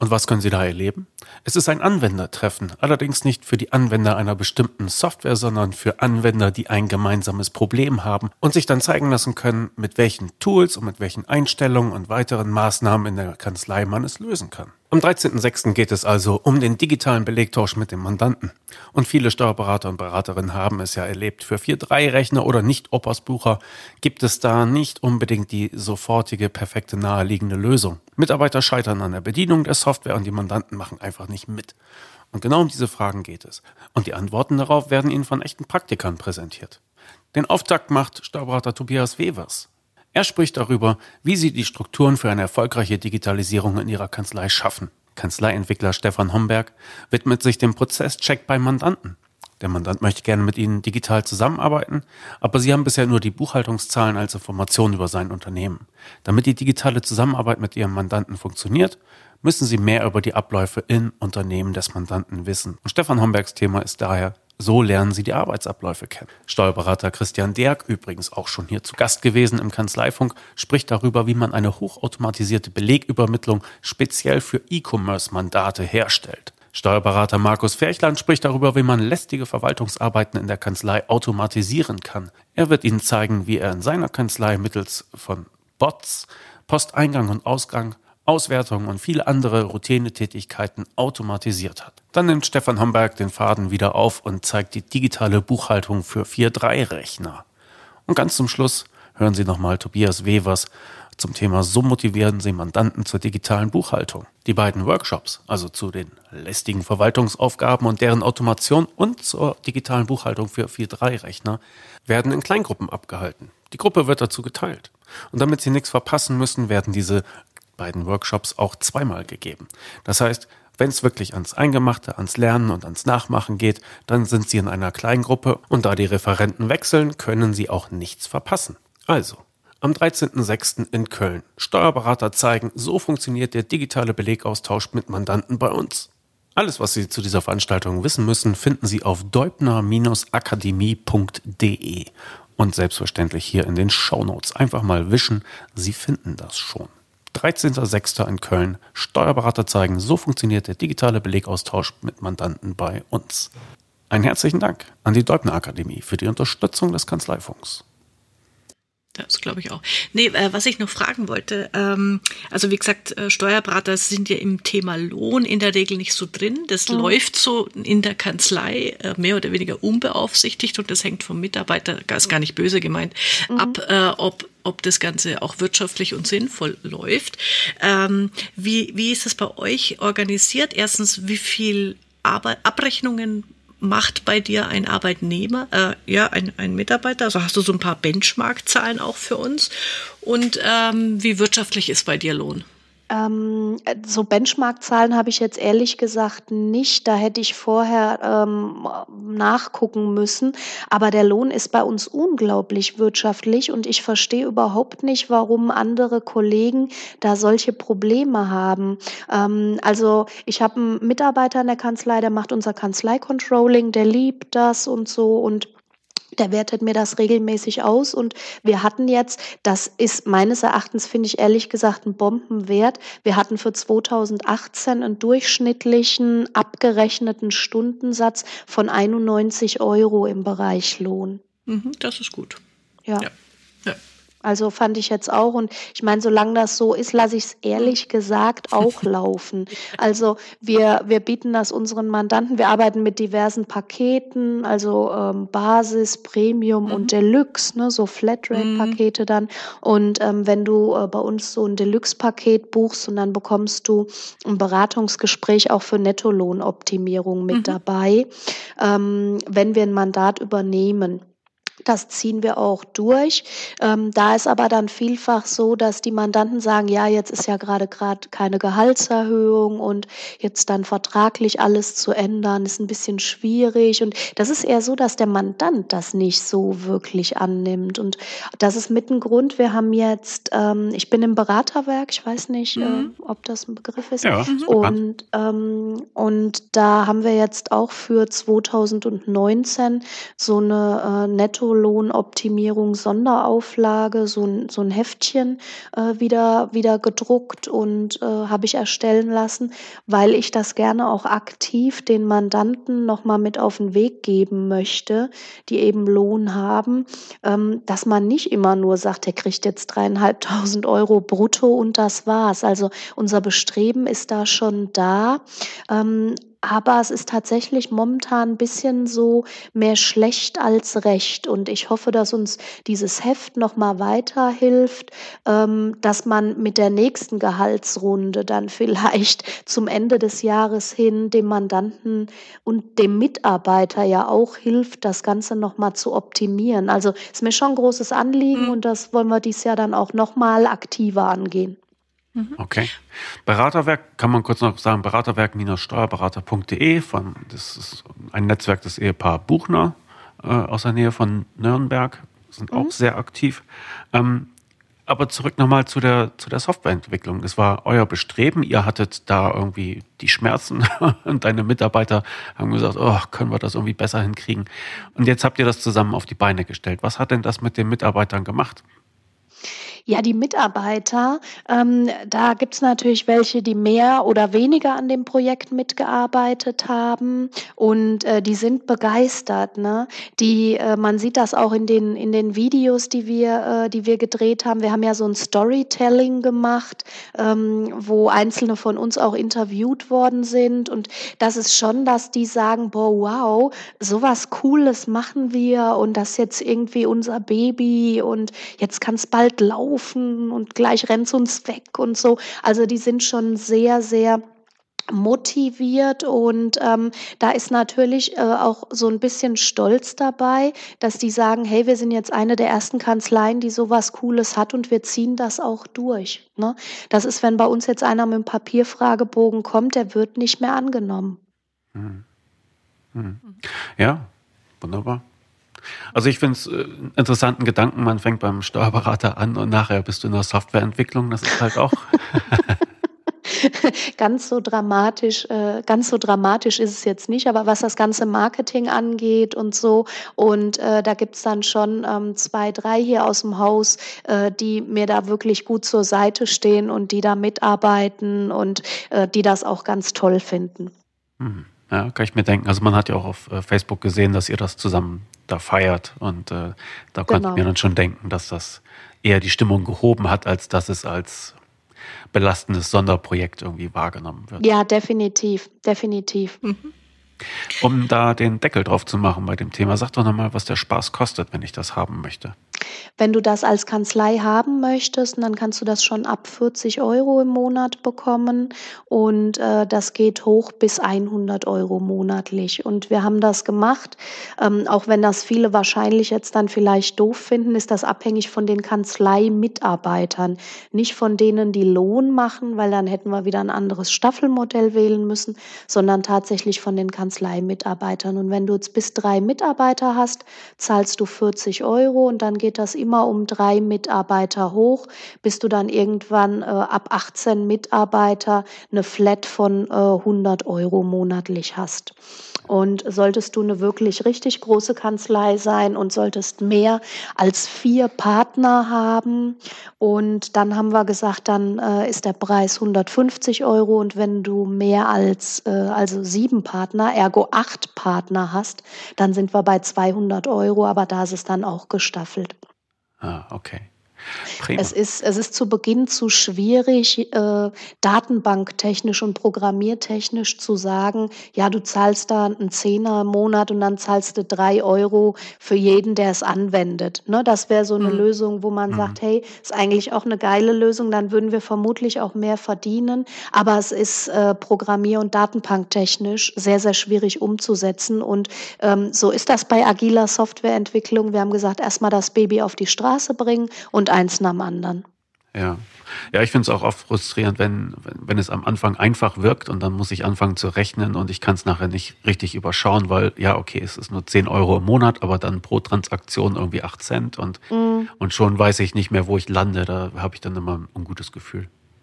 Und was können Sie da erleben? Es ist ein Anwendertreffen, allerdings nicht für die Anwender einer bestimmten Software, sondern für Anwender, die ein gemeinsames Problem haben und sich dann zeigen lassen können, mit welchen Tools und mit welchen Einstellungen und weiteren Maßnahmen in der Kanzlei man es lösen kann. Am 13.06. geht es also um den digitalen Belegtausch mit dem Mandanten. Und viele Steuerberater und Beraterinnen haben es ja erlebt. Für 4.3-Rechner oder Nicht-Opers-Bucher gibt es da nicht unbedingt die sofortige, perfekte, naheliegende Lösung. Mitarbeiter scheitern an der Bedienung der Software und die Mandanten machen einfach nicht mit. Und genau um diese Fragen geht es. Und die Antworten darauf werden Ihnen von echten Praktikern präsentiert. Den Auftakt macht Steuerberater Tobias Wevers. Er spricht darüber, wie Sie die Strukturen für eine erfolgreiche Digitalisierung in Ihrer Kanzlei schaffen. Kanzleientwickler Stefan Homberg widmet sich dem Prozesscheck beim Mandanten. Der Mandant möchte gerne mit Ihnen digital zusammenarbeiten, aber Sie haben bisher nur die Buchhaltungszahlen als Information über sein Unternehmen. Damit die digitale Zusammenarbeit mit Ihrem Mandanten funktioniert, müssen Sie mehr über die Abläufe im Unternehmen des Mandanten wissen. Und Stefan Hombergs Thema ist daher: So lernen Sie die Arbeitsabläufe kennen. Steuerberater Christian Derk, übrigens auch schon hier zu Gast gewesen im Kanzleifunk, spricht darüber, wie man eine hochautomatisierte Belegübermittlung speziell für E-Commerce-Mandate herstellt. Steuerberater Markus Ferchland spricht darüber, wie man lästige Verwaltungsarbeiten in der Kanzlei automatisieren kann. Er wird Ihnen zeigen, wie er in seiner Kanzlei mittels von Bots Posteingang und Ausgang, Auswertungen und viele andere Routinetätigkeiten automatisiert hat. Dann nimmt Stefan Homberg den Faden wieder auf und zeigt die digitale Buchhaltung für 4.3-Rechner. Und ganz zum Schluss hören Sie nochmal Tobias Wevers zum Thema So motivieren Sie Mandanten zur digitalen Buchhaltung. Die beiden Workshops, also zu den lästigen Verwaltungsaufgaben und deren Automation und zur digitalen Buchhaltung für 4.3-Rechner, werden in Kleingruppen abgehalten. Die Gruppe wird dazu geteilt. Und damit Sie nichts verpassen müssen, werden diese beiden Workshops auch zweimal gegeben. Das heißt, wenn es wirklich ans Eingemachte, ans Lernen und ans Nachmachen geht, dann sind Sie in einer Kleingruppe und da die Referenten wechseln, können Sie auch nichts verpassen. Also, am 13.06. in Köln. Steuerberater zeigen, so funktioniert der digitale Belegaustausch mit Mandanten bei uns. Alles, was Sie zu dieser Veranstaltung wissen müssen, finden Sie auf deubner-akademie.de und selbstverständlich hier in den Shownotes. Einfach mal wischen, Sie finden das schon. 13.06. in Köln. Steuerberater zeigen, so funktioniert der digitale Belegaustausch mit Mandanten bei uns. Einen herzlichen Dank an die Deubner Akademie für die Unterstützung des Kanzleifunks. Das glaube ich auch. Nee, was ich noch fragen wollte, also wie gesagt, Steuerberater sind ja im Thema Lohn in der Regel nicht so drin. Das läuft so in der Kanzlei mehr oder weniger unbeaufsichtigt und das hängt vom Mitarbeiter, ist gar nicht böse gemeint, ab, ob das Ganze auch wirtschaftlich und sinnvoll läuft. Wie ist das bei euch organisiert? Erstens, wie viel Abrechnungen macht bei dir ein Arbeitnehmer, ein Mitarbeiter? Also hast du so ein paar Benchmark-Zahlen auch für uns? Und wie wirtschaftlich ist bei dir Lohn? So Benchmark-Zahlen habe ich jetzt ehrlich gesagt nicht. Da hätte ich vorher nachgucken müssen. Aber der Lohn ist bei uns unglaublich wirtschaftlich und ich verstehe überhaupt nicht, warum andere Kollegen da solche Probleme haben. Also ich habe einen Mitarbeiter in der Kanzlei, der macht unser Kanzlei-Controlling, der liebt das und so und der wertet mir das regelmäßig aus und wir hatten jetzt, das ist meines Erachtens, finde ich ehrlich gesagt, ein Bombenwert. Wir hatten für 2018 einen durchschnittlichen abgerechneten Stundensatz von 91 € im Bereich Lohn. Das ist gut. Ja. Also fand ich jetzt auch. Und ich meine, solange das so ist, lasse ich es ehrlich gesagt auch laufen. Also wir bieten das unseren Mandanten. Wir arbeiten mit diversen Paketen, also Basis, Premium und Deluxe, ne, so Flatrate-Pakete dann. Und wenn du bei uns so ein Deluxe-Paket buchst und dann bekommst du ein Beratungsgespräch auch für Nettolohnoptimierung mit dabei, wenn wir ein Mandat übernehmen. Das ziehen wir auch durch. Da ist aber dann vielfach so, dass die Mandanten sagen, ja, jetzt ist ja gerade keine Gehaltserhöhung und jetzt dann vertraglich alles zu ändern, ist ein bisschen schwierig. Und das ist eher so, dass der Mandant das nicht so wirklich annimmt. Und das ist mit ein Grund. Wir haben jetzt, ich bin im Beraterwerk, ich weiß nicht, ob das ein Begriff ist. Ja, und da haben wir jetzt auch für 2019 so eine Nettolohnoptimierung Sonderauflage, so ein Heftchen wieder gedruckt und habe ich erstellen lassen, weil ich das gerne auch aktiv den Mandanten nochmal mit auf den Weg geben möchte, die eben Lohn haben, dass man nicht immer nur sagt, der kriegt jetzt 3.500 Euro brutto und das war's. Also unser Bestreben ist da schon da. Aber es ist tatsächlich momentan ein bisschen so mehr schlecht als recht. Und ich hoffe, dass uns dieses Heft noch mal weiterhilft, dass man mit der nächsten Gehaltsrunde dann vielleicht zum Ende des Jahres hin dem Mandanten und dem Mitarbeiter ja auch hilft, das Ganze noch mal zu optimieren. Also ist mir schon ein großes Anliegen und das wollen wir dieses Jahr dann auch noch mal aktiver angehen. Okay. Beraterwerk, kann man kurz noch sagen, beraterwerk-steuerberater.de, das ist ein Netzwerk des Ehepaar Buchner aus der Nähe von Nürnberg, sind auch sehr aktiv. Aber zurück nochmal zu der Softwareentwicklung. Es war euer Bestreben, ihr hattet da irgendwie die Schmerzen und deine Mitarbeiter haben gesagt, oh, können wir das irgendwie besser hinkriegen? Und jetzt habt ihr das zusammen auf die Beine gestellt. Was hat denn das mit den Mitarbeitern gemacht? Ja, die Mitarbeiter, da gibt's natürlich welche, die mehr oder weniger an dem Projekt mitgearbeitet haben und die sind begeistert, ne? Man sieht das auch in den Videos, die wir gedreht haben. Wir haben ja so ein Storytelling gemacht, wo einzelne von uns auch interviewt worden sind und das ist schon, dass die sagen, boah, wow, sowas Cooles machen wir und das ist jetzt irgendwie unser Baby und jetzt kann's bald laufen und gleich rennt's uns weg und so. Also die sind schon sehr, sehr motiviert und da ist natürlich auch so ein bisschen Stolz dabei, dass die sagen, hey, wir sind jetzt eine der ersten Kanzleien, die sowas Cooles hat und wir ziehen das auch durch. Ne? Das ist, wenn bei uns jetzt einer mit einem Papierfragebogen kommt, der wird nicht mehr angenommen. Ja, wunderbar. Also ich finde es einen interessanten Gedanken, man fängt beim Steuerberater an und nachher bist du in der Softwareentwicklung, das ist halt auch... Ganz so dramatisch ist es jetzt nicht, aber was das ganze Marketing angeht und so und da gibt's dann schon 2, 3 hier aus dem Haus, die mir da wirklich gut zur Seite stehen und die da mitarbeiten und die das auch ganz toll finden. Ja, kann ich mir denken. Also man hat ja auch auf Facebook gesehen, dass ihr das zusammen da feiert und da konnte ich mir dann schon denken, dass das eher die Stimmung gehoben hat, als dass es als belastendes Sonderprojekt irgendwie wahrgenommen wird. Ja, definitiv. Um da den Deckel drauf zu machen bei dem Thema, sag doch nochmal, was der Spaß kostet, wenn ich das haben möchte. Wenn du das als Kanzlei haben möchtest, dann kannst du das schon ab 40 Euro im Monat bekommen und das geht hoch bis 100 Euro monatlich. Und wir haben das gemacht, auch wenn das viele wahrscheinlich jetzt dann vielleicht doof finden, ist das abhängig von den Kanzleimitarbeitern, nicht von denen, die Lohn machen, weil dann hätten wir wieder ein anderes Staffelmodell wählen müssen, sondern tatsächlich von den Kanzleimitarbeitern. Und wenn du jetzt bis 3 Mitarbeiter hast, zahlst du 40 Euro und dann geht das immer um 3 Mitarbeiter hoch, bis du dann irgendwann ab 18 Mitarbeiter eine Flat von 100 Euro monatlich hast. Und solltest du eine wirklich richtig große Kanzlei sein und solltest mehr als 4 Partner haben und dann haben wir gesagt, dann ist der Preis 150 Euro und wenn du mehr als also 7 Partner, ergo 8 Partner hast, dann sind wir bei 200 Euro, aber da ist es dann auch gestaffelt. Ah, okay. Prima. Es ist zu Beginn zu schwierig, datenbanktechnisch und programmiertechnisch zu sagen, ja, du zahlst da einen Zehner im Monat und dann zahlst du 3 Euro für jeden, der es anwendet. Ne, das wäre so eine Lösung, wo man sagt, hey, ist eigentlich auch eine geile Lösung, dann würden wir vermutlich auch mehr verdienen. Aber es ist programmier- und datenbanktechnisch sehr, sehr schwierig umzusetzen. Und so ist das bei agiler Softwareentwicklung. Wir haben gesagt, erstmal das Baby auf die Straße bringen und eins nach dem anderen. Ja, ich finde es auch oft frustrierend, wenn es am Anfang einfach wirkt und dann muss ich anfangen zu rechnen und ich kann es nachher nicht richtig überschauen, weil ja, okay, es ist nur 10 Euro im Monat, aber dann pro Transaktion irgendwie 8 Cent und schon weiß ich nicht mehr, wo ich lande. Da habe ich dann immer ein ungutes Gefühl.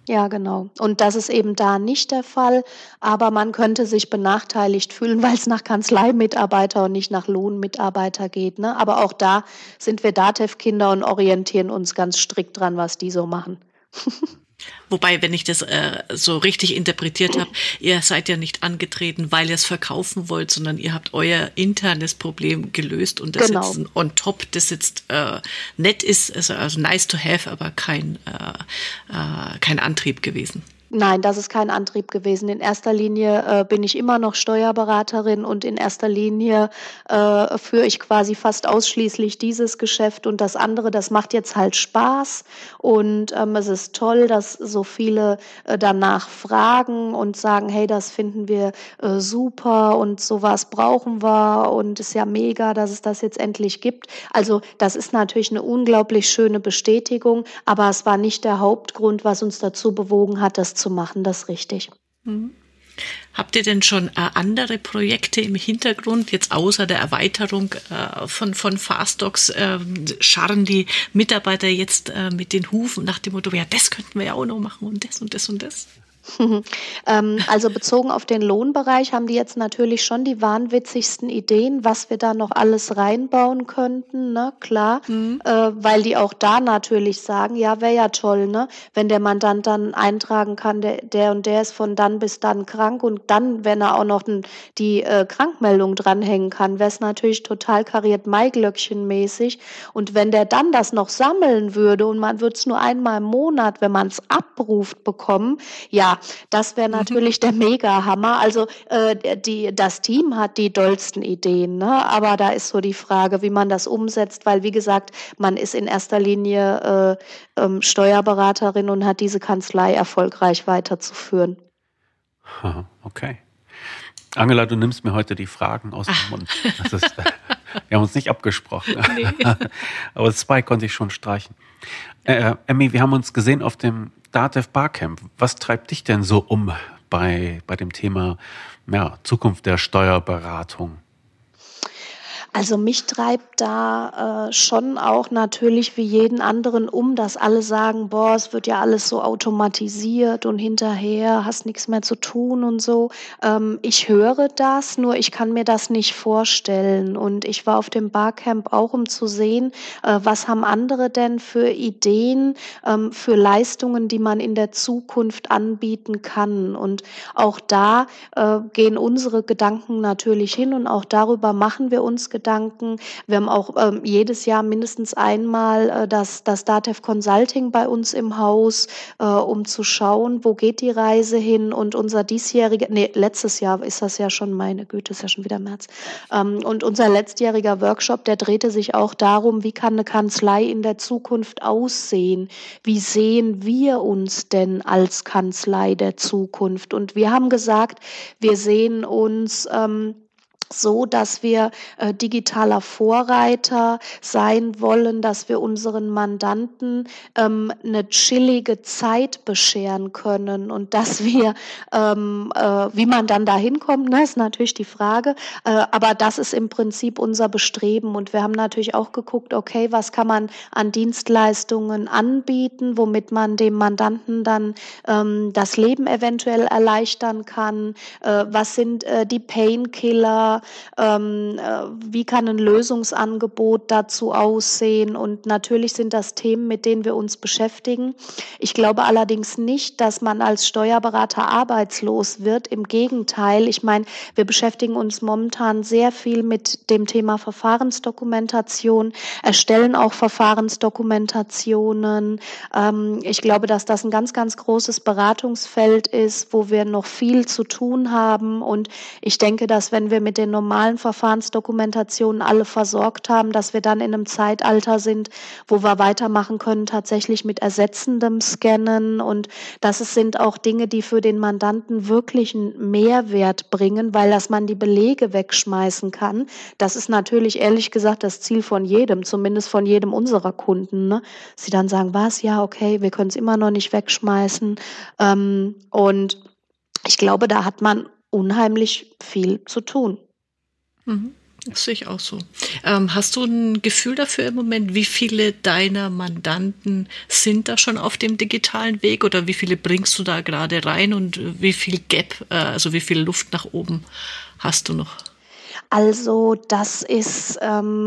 Ja, genau. Und das ist eben da nicht der Fall, aber man könnte sich benachteiligt fühlen, weil es nach Kanzleimitarbeiter und nicht nach Lohnmitarbeiter geht, ne? Aber auch da sind wir DATEV-Kinder und orientieren uns ganz strikt dran, was die so machen. Wobei, wenn ich das so richtig interpretiert habe, ihr seid ja nicht angetreten, weil ihr es verkaufen wollt, sondern ihr habt euer internes Problem gelöst und das Genau. jetzt on top, das jetzt nett ist, also nice to have, aber kein Antrieb gewesen. Nein, das ist kein Antrieb gewesen. In erster Linie bin ich immer noch Steuerberaterin und in erster Linie führe ich quasi fast ausschließlich dieses Geschäft und das andere, das macht jetzt halt Spaß und es ist toll, dass so viele danach fragen und sagen, hey, das finden wir super und sowas brauchen wir und ist ja mega, dass es das jetzt endlich gibt. Also das ist natürlich eine unglaublich schöne Bestätigung, aber es war nicht der Hauptgrund, was uns dazu bewogen hat, das zu machen, das ist richtig. Mhm. Habt ihr denn schon andere Projekte im Hintergrund, jetzt außer der Erweiterung von Fastdocs? Scharren die Mitarbeiter jetzt mit den Hufen nach dem Motto, ja, das könnten wir ja auch noch machen und das und das und das? Also bezogen auf den Lohnbereich haben die jetzt natürlich schon die wahnwitzigsten Ideen, was wir da noch alles reinbauen könnten, ne, klar, weil die auch da natürlich sagen, ja, wäre ja toll, ne, wenn der Mandant dann eintragen kann, der und der ist von dann bis dann krank und dann, wenn er auch noch die Krankmeldung dranhängen kann, wäre es natürlich total kariert Maiglöckchen-mäßig und wenn der dann das noch sammeln würde und man würde es nur einmal im Monat, wenn man es abruft, bekommen, ja, das wäre natürlich der Mega-Hammer. Also das Team hat die dollsten Ideen, ne? Aber da ist so die Frage, wie man das umsetzt, weil wie gesagt, man ist in erster Linie Steuerberaterin und hat diese Kanzlei erfolgreich weiterzuführen. Okay. Angela, du nimmst mir heute die Fragen aus dem Mund. Wir haben uns nicht abgesprochen. Nee. Aber 2 konnte ich schon streichen. Emmy, wir haben uns gesehen auf dem DATEV Barcamp. Was treibt dich denn so um bei dem Thema Zukunft der Steuerberatung? Also mich treibt da schon auch natürlich wie jeden anderen um, dass alle sagen, boah, es wird ja alles so automatisiert und hinterher hast nichts mehr zu tun und so. Ich höre das, nur ich kann mir das nicht vorstellen. Und ich war auf dem Barcamp auch, um zu sehen, was haben andere denn für Ideen, für Leistungen, die man in der Zukunft anbieten kann. Und auch da gehen unsere Gedanken natürlich hin und auch darüber machen wir uns Gedanken. Wir haben auch jedes Jahr mindestens einmal das DATEV Consulting bei uns im Haus, um zu schauen, wo geht die Reise hin und letztes Jahr ist das ja schon, meine Güte, ist ja schon wieder März. Und unser letztjähriger Workshop, der drehte sich auch darum, wie kann eine Kanzlei in der Zukunft aussehen? Wie sehen wir uns denn als Kanzlei der Zukunft? Und wir haben gesagt, wir sehen uns so, dass wir digitaler Vorreiter sein wollen, dass wir unseren Mandanten eine chillige Zeit bescheren können und dass wir, wie man dann da hinkommt, ne, ist natürlich die Frage, aber das ist im Prinzip unser Bestreben und wir haben natürlich auch geguckt, okay, was kann man an Dienstleistungen anbieten, womit man dem Mandanten dann das Leben eventuell erleichtern kann, was sind die Painkiller, wie kann ein Lösungsangebot dazu aussehen und natürlich sind das Themen, mit denen wir uns beschäftigen. Ich glaube allerdings nicht, dass man als Steuerberater arbeitslos wird. Im Gegenteil, ich meine, wir beschäftigen uns momentan sehr viel mit dem Thema Verfahrensdokumentation, erstellen auch Verfahrensdokumentationen. Ich glaube, dass das ein ganz, ganz großes Beratungsfeld ist, wo wir noch viel zu tun haben und ich denke, dass wenn wir mit den normalen Verfahrensdokumentationen alle versorgt haben, dass wir dann in einem Zeitalter sind, wo wir weitermachen können, tatsächlich mit ersetzendem Scannen und sind auch Dinge, die für den Mandanten wirklich einen Mehrwert bringen, weil dass man die Belege wegschmeißen kann. Das ist natürlich ehrlich gesagt das Ziel von jedem, zumindest von jedem unserer Kunden. Ne? Sie dann sagen, was? Ja, okay, wir können es immer noch nicht wegschmeißen. Und ich glaube, da hat man unheimlich viel zu tun. Das sehe ich auch so. Hast du ein Gefühl dafür im Moment, wie viele deiner Mandanten sind da schon auf dem digitalen Weg oder wie viele bringst du da gerade rein und wie viel Gap, also wie viel Luft nach oben hast du noch? Also das ist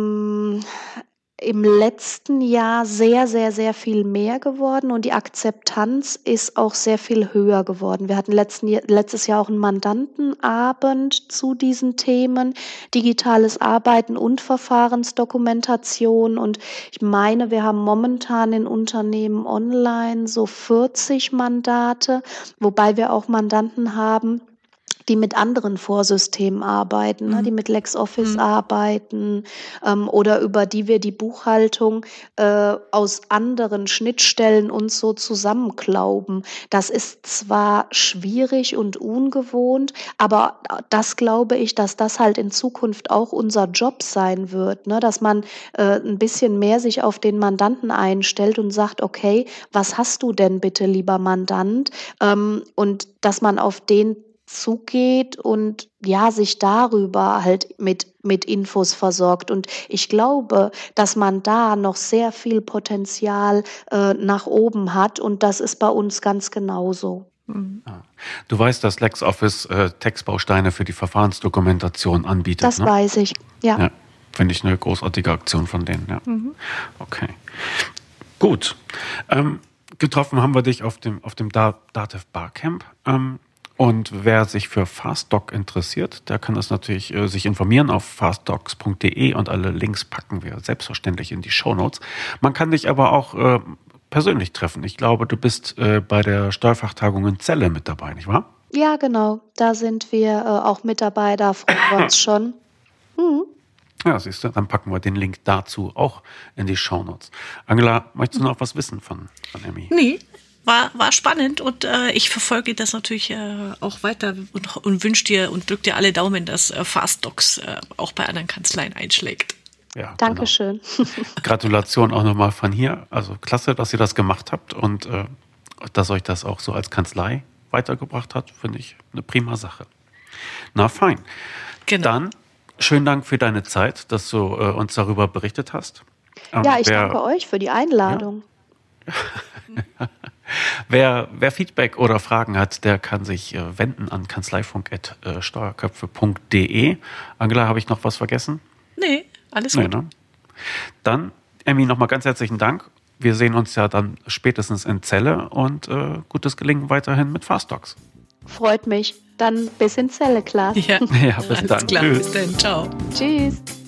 im letzten Jahr sehr, sehr, sehr viel mehr geworden und die Akzeptanz ist auch sehr viel höher geworden. Wir hatten letztes Jahr auch einen Mandantenabend zu diesen Themen, digitales Arbeiten und Verfahrensdokumentation. Und ich meine, wir haben momentan in Unternehmen online so 40 Mandate, wobei wir auch Mandanten haben, die mit anderen Vorsystemen arbeiten, ne, die mit LexOffice arbeiten oder über die wir die Buchhaltung aus anderen Schnittstellen uns so zusammenklauben. Das ist zwar schwierig und ungewohnt, aber das glaube ich, dass das halt in Zukunft auch unser Job sein wird, ne, dass man ein bisschen mehr sich auf den Mandanten einstellt und sagt, okay, was hast du denn bitte, lieber Mandant? Und dass man auf den zugeht und ja, sich darüber halt mit Infos versorgt. Und ich glaube, dass man da noch sehr viel Potenzial nach oben hat und das ist bei uns ganz genauso. Du weißt, dass LexOffice Textbausteine für die Verfahrensdokumentation anbietet, Das ne? weiß ich, ja. Finde ich eine großartige Aktion von denen, ja. Okay. Gut. Getroffen haben wir dich auf dem Dativ Barcamp. Und wer sich für FastDoc interessiert, der kann das natürlich sich informieren auf fastdocs.de und alle Links packen wir selbstverständlich in die Shownotes. Man kann dich aber auch persönlich treffen. Ich glaube, du bist bei der Steuerfachtagung in Celle mit dabei, nicht wahr? Ja, genau. Da sind wir auch mit dabei, da freuen wir uns schon. Ja, siehst du, dann packen wir den Link dazu auch in die Shownotes. Angela, möchtest du noch was wissen von Emmy? Nee. War spannend und ich verfolge das natürlich auch weiter und wünsche dir und drück dir alle Daumen, dass FastDocs auch bei anderen Kanzleien einschlägt. Ja, Dankeschön. Genau. Gratulation auch nochmal von hier. Also klasse, dass ihr das gemacht habt und dass euch das auch so als Kanzlei weitergebracht hat, finde ich eine prima Sache. Na fein. Genau. Dann schönen Dank für deine Zeit, dass du uns darüber berichtet hast. Ja, ich danke euch für die Einladung. Ja. Wer Feedback oder Fragen hat, der kann sich wenden an kanzleifunk@steuerköpfe.de. Angela, habe ich noch was vergessen? Nee, alles gut. Ne? Dann, Emmy, nochmal ganz herzlichen Dank. Wir sehen uns ja dann spätestens in Celle und gutes Gelingen weiterhin mit FastDocs. Freut mich. Dann bis in Celle, klar. Ja, bis dann. Klar, bis dann. Ciao. Tschüss.